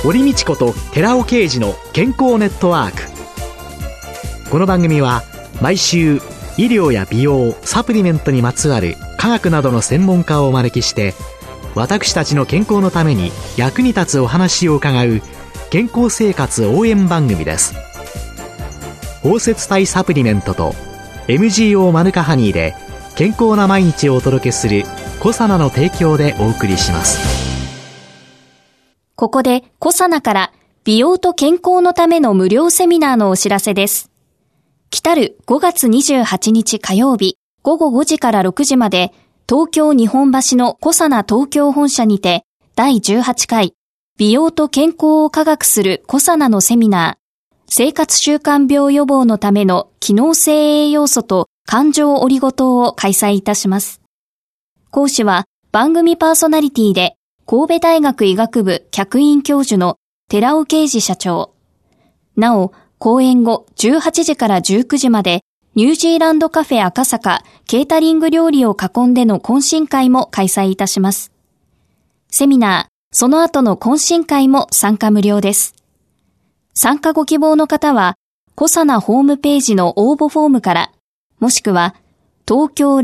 堀道子と寺尾啓二の健康ネットワーク。この番組は毎週医療や美容、サプリメントにまつわる科学などの専門家をお招きして、私たちの健康のために役に立つお話を伺う健康生活応援番組です。包摂体サプリメントと MGO マヌカハニーで健康な毎日をお届けするコサナの提供でお送りします。 ここでコサナから美容と健康のための無料セミナーのお知らせです。来たる5月28日火曜日午後5時から6時まで、東京日本橋のコサナ東京本社にて第18回美容と健康を科学するコサナのセミナー、生活習慣病予防のための機能性栄養素と環状オリゴ糖を開催いたします。講師は番組パーソナリティで神戸大学医学部客員教授の寺尾啓二社長。なお、講演後18時から19時までニュージーランドカフェ赤坂ケータリング料理を囲んでの懇親会も開催いたします。セミナー、その後の懇親会も参加無料です。参加ご希望の方は、コサナホームページの応募フォームから、もしくは、東京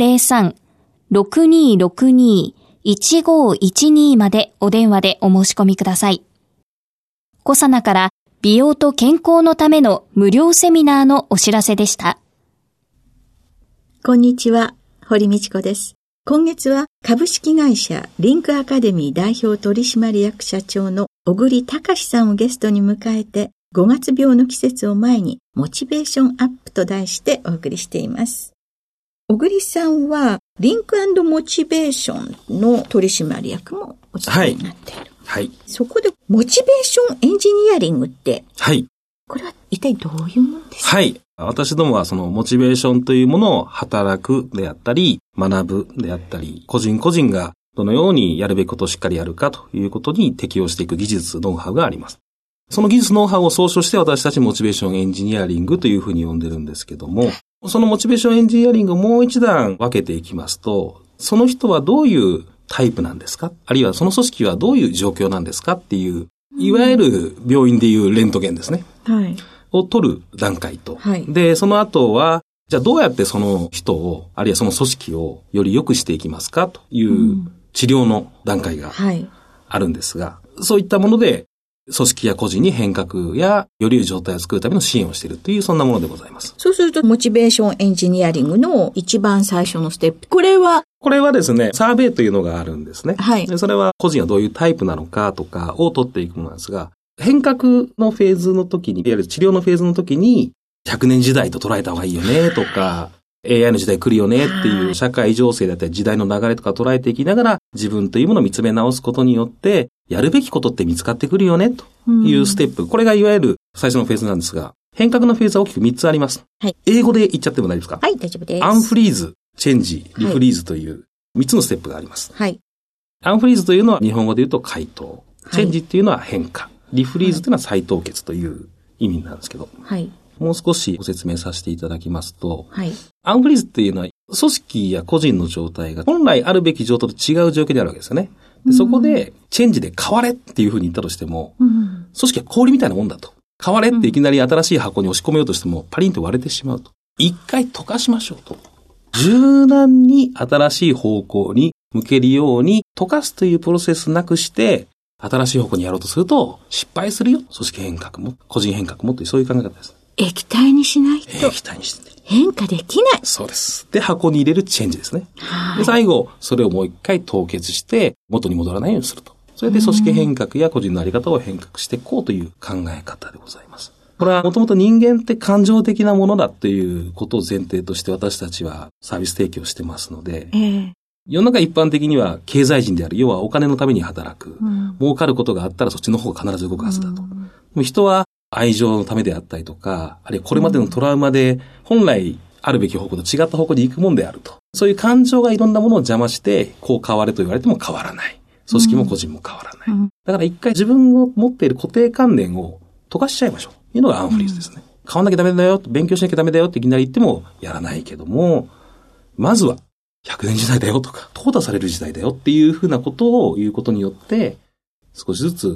03-6262-1512 までお電話でお申し込みください。コサナから美容と健康のための無料セミナーのお知らせでした。 こんにちは、堀道子です。今月は株式会社リンクアカデミー代表取締役社長の小栗隆さんをゲストに迎えて、5月病の季節を前にモチベーションアップと題してお送りしています。小栗さんはリンク&モチベーションの取締役もお務めになっている。 はい。 そこでモチベーションエンジニアリングって、 はい。 これは一体どういうものですか？ はい。私どもはそのモチベーションというものを働くであったり、学ぶであったり、個人個人がどのようにやるべきことをしっかりやるかということに適応していく技術、ノウハウがあります。その技術、ノウハウを総称して私たちモチベーションエンジニアリングというふうに呼んでるんですけども、そのモチベーションエンジニアリングをもう一段分けていきますと、その人はどういうタイプなんですか？あるいはその組織はどういう状況なんですかっていう、いわゆる病院でいうレントゲンですね。 はい。 を取る段階と。 はい。 で、その後は、じゃあどうやってその人を、あるいはその組織をより良くしていきますかという治療の段階があるんですが、そういったもので、組織や個人に変革やより良い状態を作るための支援をしているという、そんなものでございます。 そうすると、モチベーションエンジニアリングの一番最初のステップ。これはですね、サーベイというのがあるんですね。 はい。 でそれは個人はどういうタイプなのかとかを取っていくものなんですが、変革のフェーズの時に、いわゆる治療のフェーズの時に、100年時代と捉えた方がいいよねとか、AI の時代来るよねっていう社会情勢だったり時代の流れとか捉えていきながら、自分というものを見つめ直すことによって、やるべきことって見つかってくるよねというステップ。これがいわゆる最初のフェーズなんですが、変革のフェーズは大きく3つあります。 はい。 英語で言っちゃっても大丈夫ですか？ はい、大丈夫です。 アンフリーズ、チェンジ、リフリーズという3つのステップがあります。 はい。 アンフリーズというのは日本語で言うと回答。チェンジっていうのは変化。リフリーズというのは再凍結という意味なんですけど。 はい。 もう少しご説明させていただきますと、 はい。 アンフリーズっていうのは組織や個人の状態が本来あるべき状態と違う状況にあるわけですよね。でそこでチェンジで変われっていうふうに言ったとしても、組織は氷みたいなもんだと。変われっていきなり新しい箱に押し込めようとしてもパリンと割れてしまうと。一回溶かしましょうと。柔軟に新しい方向に向けるように溶かすというプロセスなくして新しい方向にやろうとすると失敗するよ。組織変革も個人変革もというそういう考え方です。 液体にしないと液体にして変化できない。 そうです。で、箱に入れるチェンジですね。で、最後、それをもう一回凍結して元に戻らないようにすると。それで組織変革や個人のあり方を変革していこうという考え方でございます。これはもともと人間って感情的なものだということを前提として私たちはサービス提供してますので、世の中一般的には経済人である、要はお金のために働く、儲かることがあったらそっちの方が必ず動くはずだと。でも人は愛情のためであったりとか、あるいはこれまでのトラウマで本来あるべき方向と違った方向に行くもんであると。そういう感情がいろんなものを邪魔して、こう変われと言われても変わらない。組織も個人も変わらない。だから一回自分を持っている固定観念を溶かしちゃいましょう。というのがアンフリーズですね。変わんなきゃダメだよ、勉強しなきゃダメだよっていきなり言ってもやらないけども、まずは100年時代だよとか、淘汰される時代だよっていうふうなことを言うことによって、少しずつ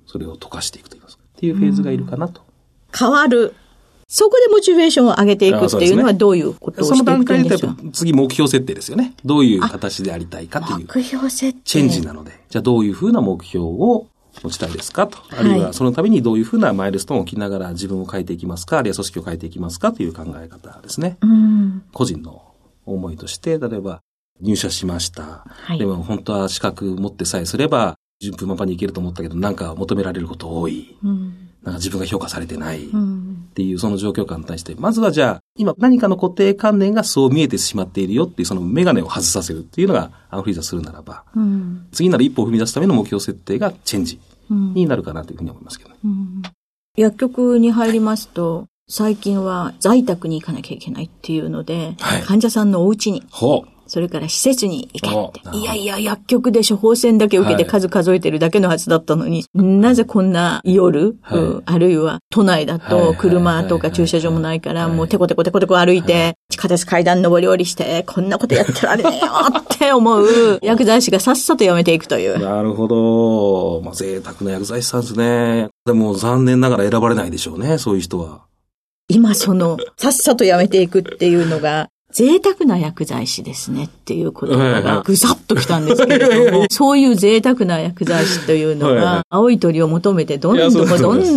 それを溶かしていくといいますか。っていうフェーズがいるかなと。 変わる。そこでモチベーションを上げていくっていうのはどういうことをしていくんでしょう？その段階で次目標設定ですよね。どういう形でありたいかという。 目標設定。 チェンジなので。じゃあどういうふうな目標を持ちたいですかと。あるいはそのためにどういうふうなマイルストーンを置きながら自分を変えていきますか、あるいは組織を変えていきますかという考え方ですね。個人の思いとして、例えば入社しました。はい、でも本当は資格持ってさえすれば順風満帆にいけると思ったけど、なんか求められること多い。なんか自分が評価されてない。っていうその状況下に対して、まずはじゃあ、今何かの固定観念がそう見えてしまっているよっていうそのメガネを外させるっていうのがアンフリーザするならば、次なる一歩を踏み出すための目標設定がチェンジになるかなというふうに思いますけどね。 薬局に入りますと、最近は在宅に行かなきゃいけないっていうので、患者さんのお家に。それから施設に行けって。いやいや、薬局で処方箋だけ受けて数数えてるだけのはずだったのに、なぜこんな夜、あるいは都内だと車とか駐車場もないから、もうテコテコ歩いて、地下鉄階段上り下りして、こんなことやってられねえよって思う薬剤師がさっさと辞めていくという。 なるほど。まあ、贅沢な薬剤師さんですね。でも残念ながら選ばれないでしょうね、そういう人は。 今さっさと辞めていくっていうのが、贅沢な薬剤師ですねっていう言葉がぐさっときたんですけれども、そういう贅沢な薬剤師というのが、青い鳥を求めてどんどこ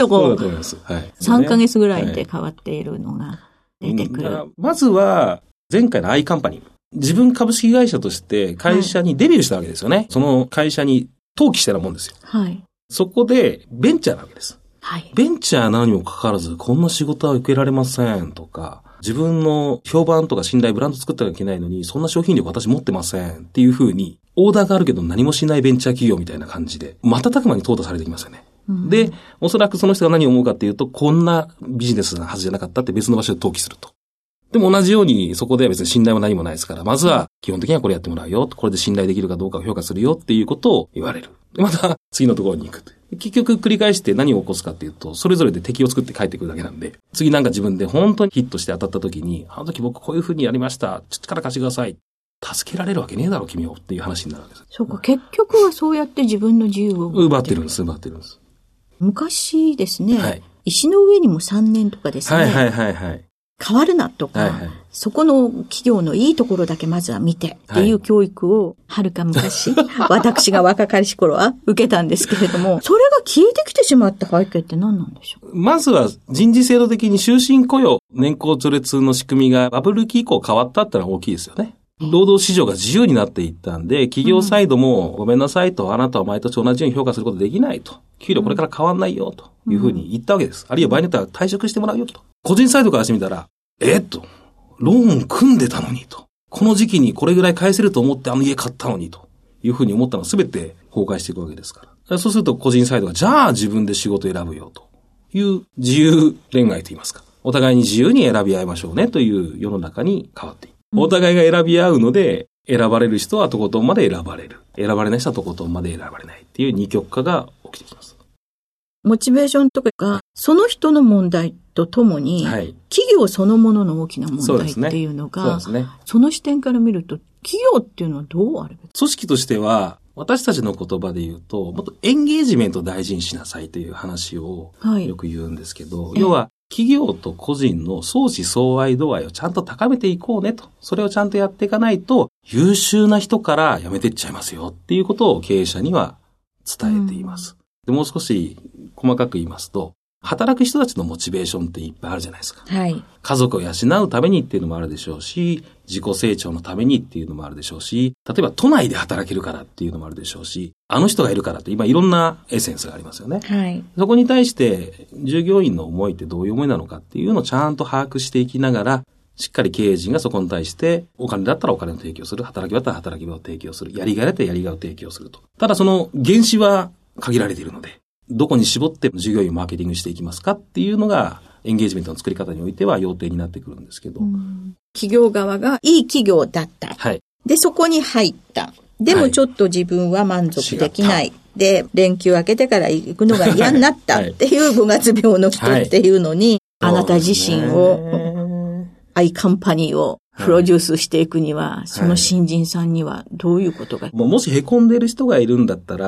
3ヶ月ぐらいで変わっているのが出てくる。 まずは、前回の I カンパニー。自分株式会社として会社にデビューしたわけですよね。その会社に登記したようなもんですよ。そこでベンチャーなわけです。ベンチャーなのにもかかわらず、こんな仕事は受けられませんとか、自分の評判とか信頼、ブランド作ってはいけないのに、そんな商品力私持ってませんっていう風に、オーダーがあるけど何もしないベンチャー企業みたいな感じで、瞬く間に淘汰されてきますよね。で、おそらくその人が何を思うかっていうと、こんなビジネスなはずじゃなかったって別の場所で登記すると。でも同じように、そこでは別に信頼も何もないですから、まずは基本的にはこれやってもらうよ、これで信頼できるかどうかを評価するよっていうことを言われる。で、また次のところに行くと。結局繰り返して何を起こすかっていうと、それぞれで敵を作って帰ってくるだけなんで、次なんか自分で本当にヒットして当たった時に、あの時僕こういう風にやりました。ちょっと力貸してください。助けられるわけねえだろ君をっていう話になるわけです。 そうか、結局はそうやって自分の自由を奪ってるんです。 昔ですね、石の上にも3年とかですね。変わるなとか、そこの企業のいいところだけまずは見てっていう教育をはるか昔、私が若かりし頃は受けたんですけれども、それが消えてきてしまった背景って何なんでしょう？ まずは人事制度的に終身雇用、年功序列の仕組みがバブル期以降変わったってのは大きいですよね。労働市場が自由になっていったんで、企業サイドもごめんなさいと、あなたは毎年同じように評価することできないと。給料これから変わんないよというふうに言ったわけです。あるいは場合によっては退職してもらうよと。個人サイドからしてみたら、ローン組んでたのにと。この時期にこれぐらい返せると思ってあの家買ったのにというふうに思ったのは全て崩壊していくわけですから。そうすると個人サイドがじゃあ自分で仕事選ぶよという自由恋愛といいますか。お互いに自由に選び合いましょうねという世の中に変わっていく。お互いが選び合うので、選ばれる人はとことんまで選ばれる。選ばれない人はとことんまで選ばれないっていう二極化が起きてきます。 モチベーションとかが、その人の問題とともに、企業そのものの大きな問題っていうのが、その視点から見ると、企業っていうのはどうあるべき？ 組織としては、私たちの言葉で言うと、もっとエンゲージメントを大事にしなさいという話をよく言うんですけど、要は企業と個人の相思相愛度合いをちゃんと高めていこうねと。それをちゃんとやっていかないと、優秀な人から辞めてっちゃいますよっていうことを経営者には伝えています。で、もう少し細かく言いますと、働く人たちのモチベーションっていっぱいあるじゃないですか。家族を養うためにっていうのもあるでしょうし、自己成長のためにっていうのもあるでしょうし、例えば都内で働けるからっていうのもあるでしょうし、あの人がいるからって今いろんなエッセンスがありますよね。そこに対して従業員の思いってどういう思いなのかっていうのをちゃんと把握していきながら、しっかり経営陣がそこに対してお金だったらお金を提供する、働き場だったら働き場を提供する、やりがいだったらやりがいを提供すると。ただその原資は限られているので、どこに絞って従業員をマーケティングしていきますかっていうのがエンゲージメントの作り方においては要点になってくるんですけど。 企業側がいい企業だった。で、そこに入った。でもちょっと自分は満足できない。で、連休明けてから行くのが嫌になったっていう5月病の人っていうのに、あなた自身を、I カンパニーをプロデュースしていくには、その新人さんにはどういうことが、 もし凹んでいる人がいるんだったら、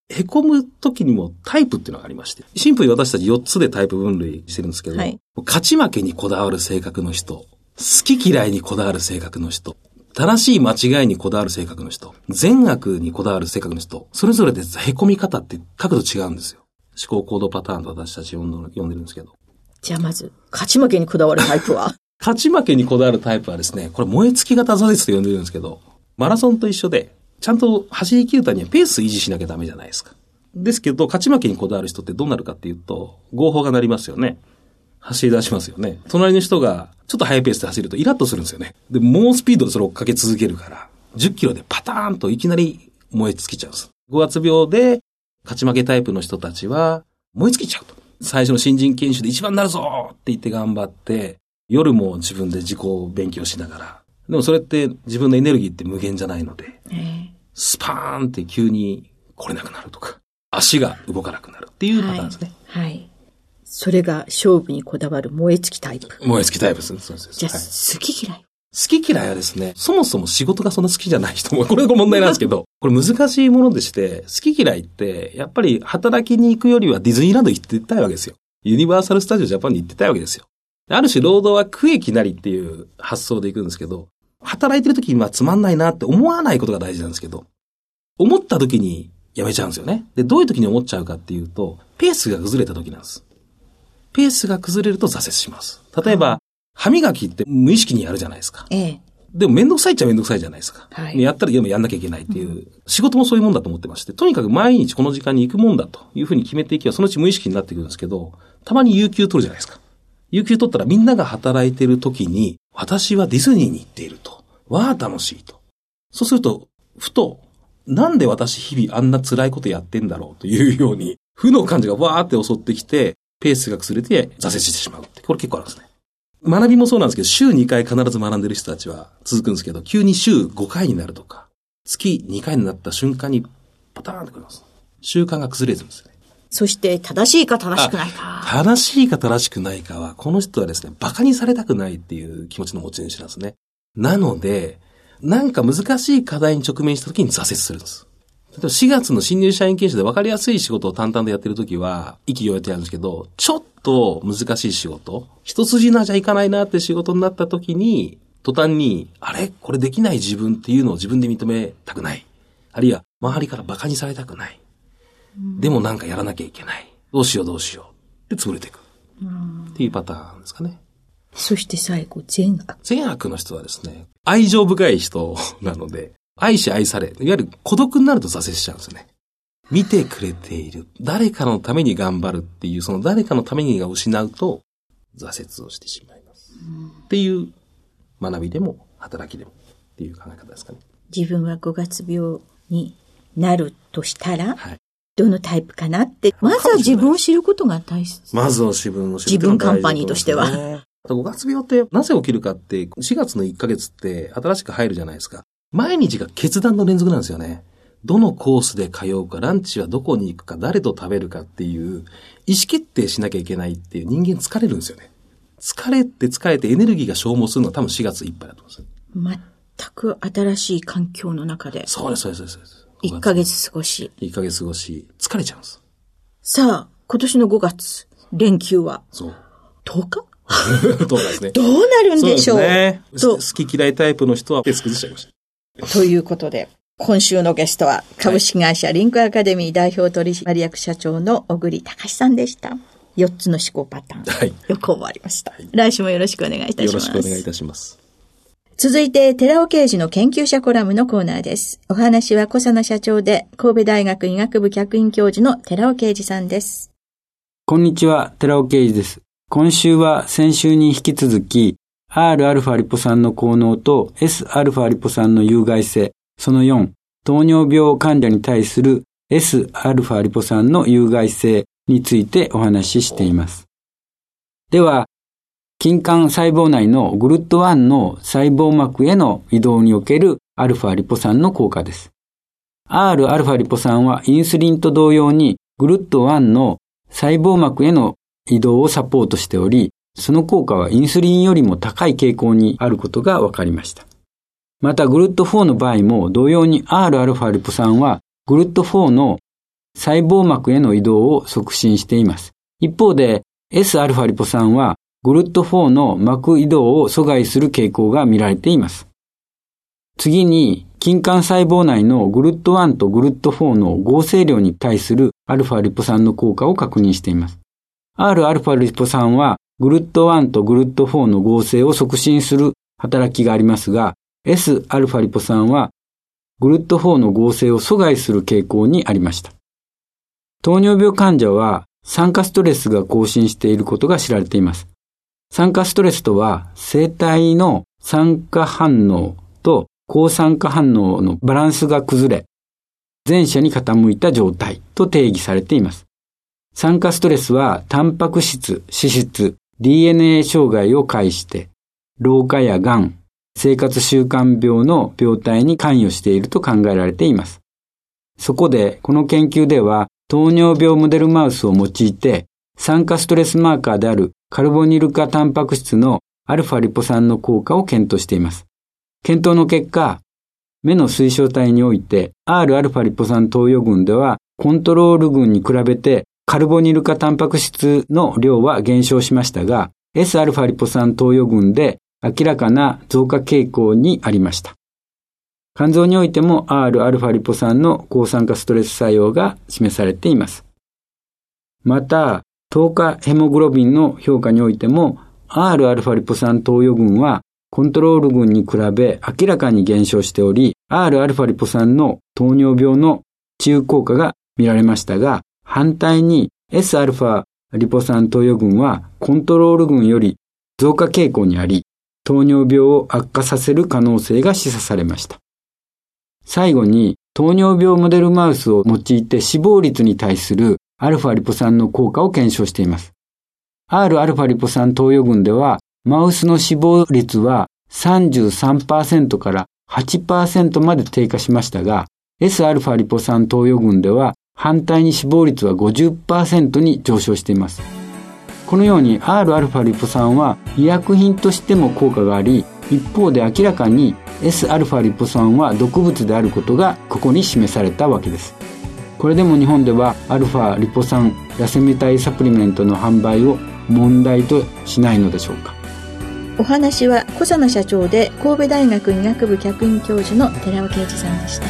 凹む時にもタイプっていうのがありまして、シンプルに私たち4つでタイプ分類してるんですけど、はい、勝ち負けにこだわる性格の人、好き嫌いにこだわる性格の人、正しい間違いにこだわる性格の人、善悪にこだわる性格の人、それぞれで凹み方って角度違うんですよ。思考行動パターンと私たち呼んでるんですけど。 じゃあまず、勝ち負けにこだわるタイプは勝ち負けにこだわるタイプはですね、これ燃え尽き型挫折と呼んでるんですけど、マラソンと一緒で、ちゃんと走り切るためにはペース維持しなきゃダメじゃないですか。ですけど、勝ち負けにこだわる人ってどうなるかっていうと、号砲が鳴りますよね。走り出しますよね。隣の人がちょっと速いペースで走るとイラッとするんですよね。で、猛スピードでそれを追っかけ続けるから、10キロでパターンといきなり燃え尽きちゃうんです。5月病で勝ち負けタイプの人たちは燃え尽きちゃうと。最初の新人研修で一番になるぞって言って頑張って、夜も自分で自己勉強しながら。でもそれって自分のエネルギーって無限じゃないので、スパーンって急に来れなくなるとか、足が動かなくなるっていうパターンですね。 はい。はい。それが勝負にこだわる燃え尽きタイプ。 燃え尽きタイプですね。そうです。 じゃあ、はい、好き嫌い。 好き嫌いはですね、そもそも仕事がそんな好きじゃない人も、これが問題なんですけど、これ難しいものでして、好き嫌いって、やっぱり働きに行くよりはディズニーランド行ってたいわけですよ。ユニバーサルスタジオジャパンに行ってたいわけですよ。ある種労働は苦役なりっていう発想で行くんですけど、働いてる時にはつまんないなって思わないことが大事なんですけど、思った時にやめちゃうんですよね。で、どういう時に思っちゃうかっていうと、ペースが崩れた時なんです。ペースが崩れると挫折します。例えば、歯磨きって無意識にやるじゃないですか。でもめんどくさいっちゃめんどくさいじゃないですか。はい、やったらやんなきゃいけないっていう、仕事もそういうもんだと思ってまして、とにかく毎日この時間に行くもんだというふうに決めていけば、そのうち無意識になってくるんですけど、たまに有給取るじゃないですか。有給取ったらみんなが働いてる時に、私はディズニーに行っていると。わあ、楽しいと。そうすると、ふと、なんで私日々あんな辛いことやってんだろうというように、負の感じがわーって襲ってきて、ペースが崩れて挫折してしまうって。これ結構あるんですね。学びもそうなんですけど、週2回必ず学んでる人たちは続くんですけど、急に週5回になるとか、月2回になった瞬間にパターンとくるんです。習慣が崩れるんですね。 そして正しいか正しくないか。 正しいか正しくないかは、この人はですね、馬鹿にされたくないっていう気持ちの持ち主なんですね。なので、なんか難しい課題に直面した時に挫折するんです。例えば4月の新入社員研修で分かりやすい仕事を淡々とやってる時は、意気揚々とやるんですけど、ちょっと難しい仕事、一筋縄じゃいかないなって仕事になった時に、途端に、あれこれできない自分っていうのを自分で認めたくない。あるいは、周りから馬鹿にされたくない。でもなんかやらなきゃいけない。どうしようって潰れていく。っていうパターンですかね。 そして最後、善悪。 善悪の人はですね、愛情深い人なので、愛し愛され、いわゆる孤独になると挫折しちゃうんですよね。見てくれている。誰かのために頑張るっていう、その誰かのためにが失うと、挫折をしてしまいます。っていう学びでも、働きでも、っていう考え方ですかね。 自分は5月病になるとしたら、はい、どのタイプかなって、まずは自分を知ることが大切。 まずは自分を知ることが大事。自分カンパニーとしては。 5月病ってなぜ起きるかって、4月の1ヶ月って新しく入るじゃないですか。毎日が決断の連続なんですよね。どのコースで通うか、ランチはどこに行くか、誰と食べるかっていう、意思決定しなきゃいけないっていう人間疲れるんですよね。疲れてエネルギーが消耗するのは多分4月いっぱいだと思うんですよ。 全く新しい環境の中で。 そうです。 1ヶ月過ごし。 疲れちゃうんです。 さあ、今年の5月、連休はそう。 10日 10日ですね。 どうなるんでしょう。 そうですね。好き嫌いタイプの人はペース崩しちゃいました。 ということで、今週のゲストは株式会社リンクアカデミー代表取締役社長の小栗隆さんでした。4つの思考パターン。はい。よく終わりました。はい、来週もよろしくお願いいたします。 よろしくお願いいたします。 続いて、寺尾啓二の研究者コラムのコーナーです。お話は小佐奈社長で、神戸大学医学部客員教授の寺尾啓二さんです。 こんにちは、寺尾啓二です。今週は先週に引き続き、Rα リポ酸の効能と Sα リポ酸の有害性、その4、糖尿病患者に対する Sα リポ酸の有害性についてお話ししています。では、筋管細胞内のグルット1の細胞膜への移動における α リポ酸の効果です。Rα リポ酸はインスリンと同様にグルット1の細胞膜への移動をサポートしており、その効果はインスリンよりも高い傾向にあることが分かりました。またグルット4の場合も同様に Rα リポ酸はグルット4の細胞膜への移動を促進しています。一方で Sα リポ酸はGLUT4 の膜移動を阻害する傾向が見られています。次に、筋管細胞内の GLUT1 と GLUT4 の合成量に対する α リポ酸の効果を確認しています。Rα リポ酸は GLUT1 と GLUT4 の合成を促進する働きがありますが、Sα リポ酸は GLUT4 の合成を阻害する傾向にありました。糖尿病患者は酸化ストレスが更新していることが知られています。酸化ストレスとは、生体の酸化反応と抗酸化反応のバランスが崩れ、前者に傾いた状態と定義されています。酸化ストレスは、タンパク質、脂質、DNA 障害を介して、老化やがん、生活習慣病の病態に関与していると考えられています。そこで、この研究では、糖尿病モデルマウスを用いて、酸化ストレスマーカーであるカルボニル化タンパク質のαリポ酸の効果を検討しています。検討の結果、目の水晶体において Rα リポ酸投与群ではコントロール群に比べてカルボニル化タンパク質の量は減少しましたが、Sα リポ酸投与群で明らかな増加傾向にありました。肝臓においても Rα リポ酸の抗酸化ストレス作用が示されています。また、糖化ヘモグロビンの評価においても Rα リポ酸投与群はコントロール群に比べ明らかに減少しており、Rα リポ酸の糖尿病の治癒効果が見られましたが、反対に Sα リポ酸投与群はコントロール群より増加傾向にあり、糖尿病を悪化させる可能性が示唆されました。最後に、糖尿病モデルマウスを用いて死亡率に対するα リポ酸の効果を検証しています。Rα リポ酸投与群では、マウスの死亡率は 33% から 8% まで低下しましたが、Sα リポ酸投与群では、反対に死亡率は 50% に上昇しています。このように Rα リポ酸は医薬品としても効果があり、一方で明らかに Sα リポ酸は毒物であることがここに示されたわけです。これでも日本では α リポ酸ラセミ体サプリメントの販売を問題としないのでしょうか。 お話は小佐奈社長で神戸大学医学部客員教授の寺尾啓二さんでした。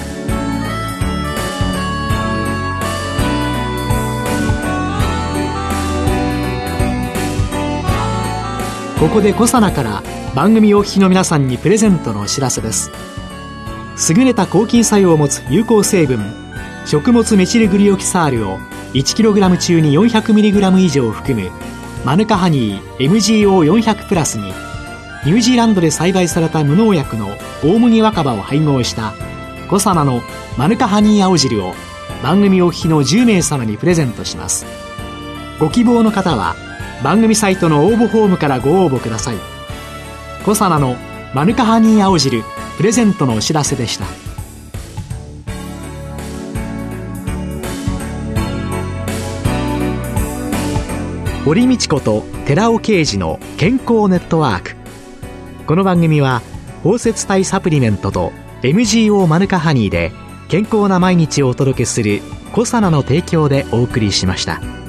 ここで小佐奈から番組お聞きの皆さんにプレゼントのお知らせです。優れた抗菌作用を持つ有効成分食物メチルグリオキサールを 1kg 中に 400mg 以上含むマヌカハニー MGO400 プラスにニュージーランドで栽培された無農薬の大麦若葉を配合したコサナのマヌカハニー青汁を番組お聞きの10名様にプレゼントします。ご希望の方は番組サイトの応募フォームからご応募ください。コサナのマヌカハニー青汁プレゼントのお知らせでした。堀道子と寺尾啓二の健康ネットワーク。この番組は包摂体サプリメントと MGO マヌカハニーで健康な毎日をお届けするコサナの提供でお送りしました。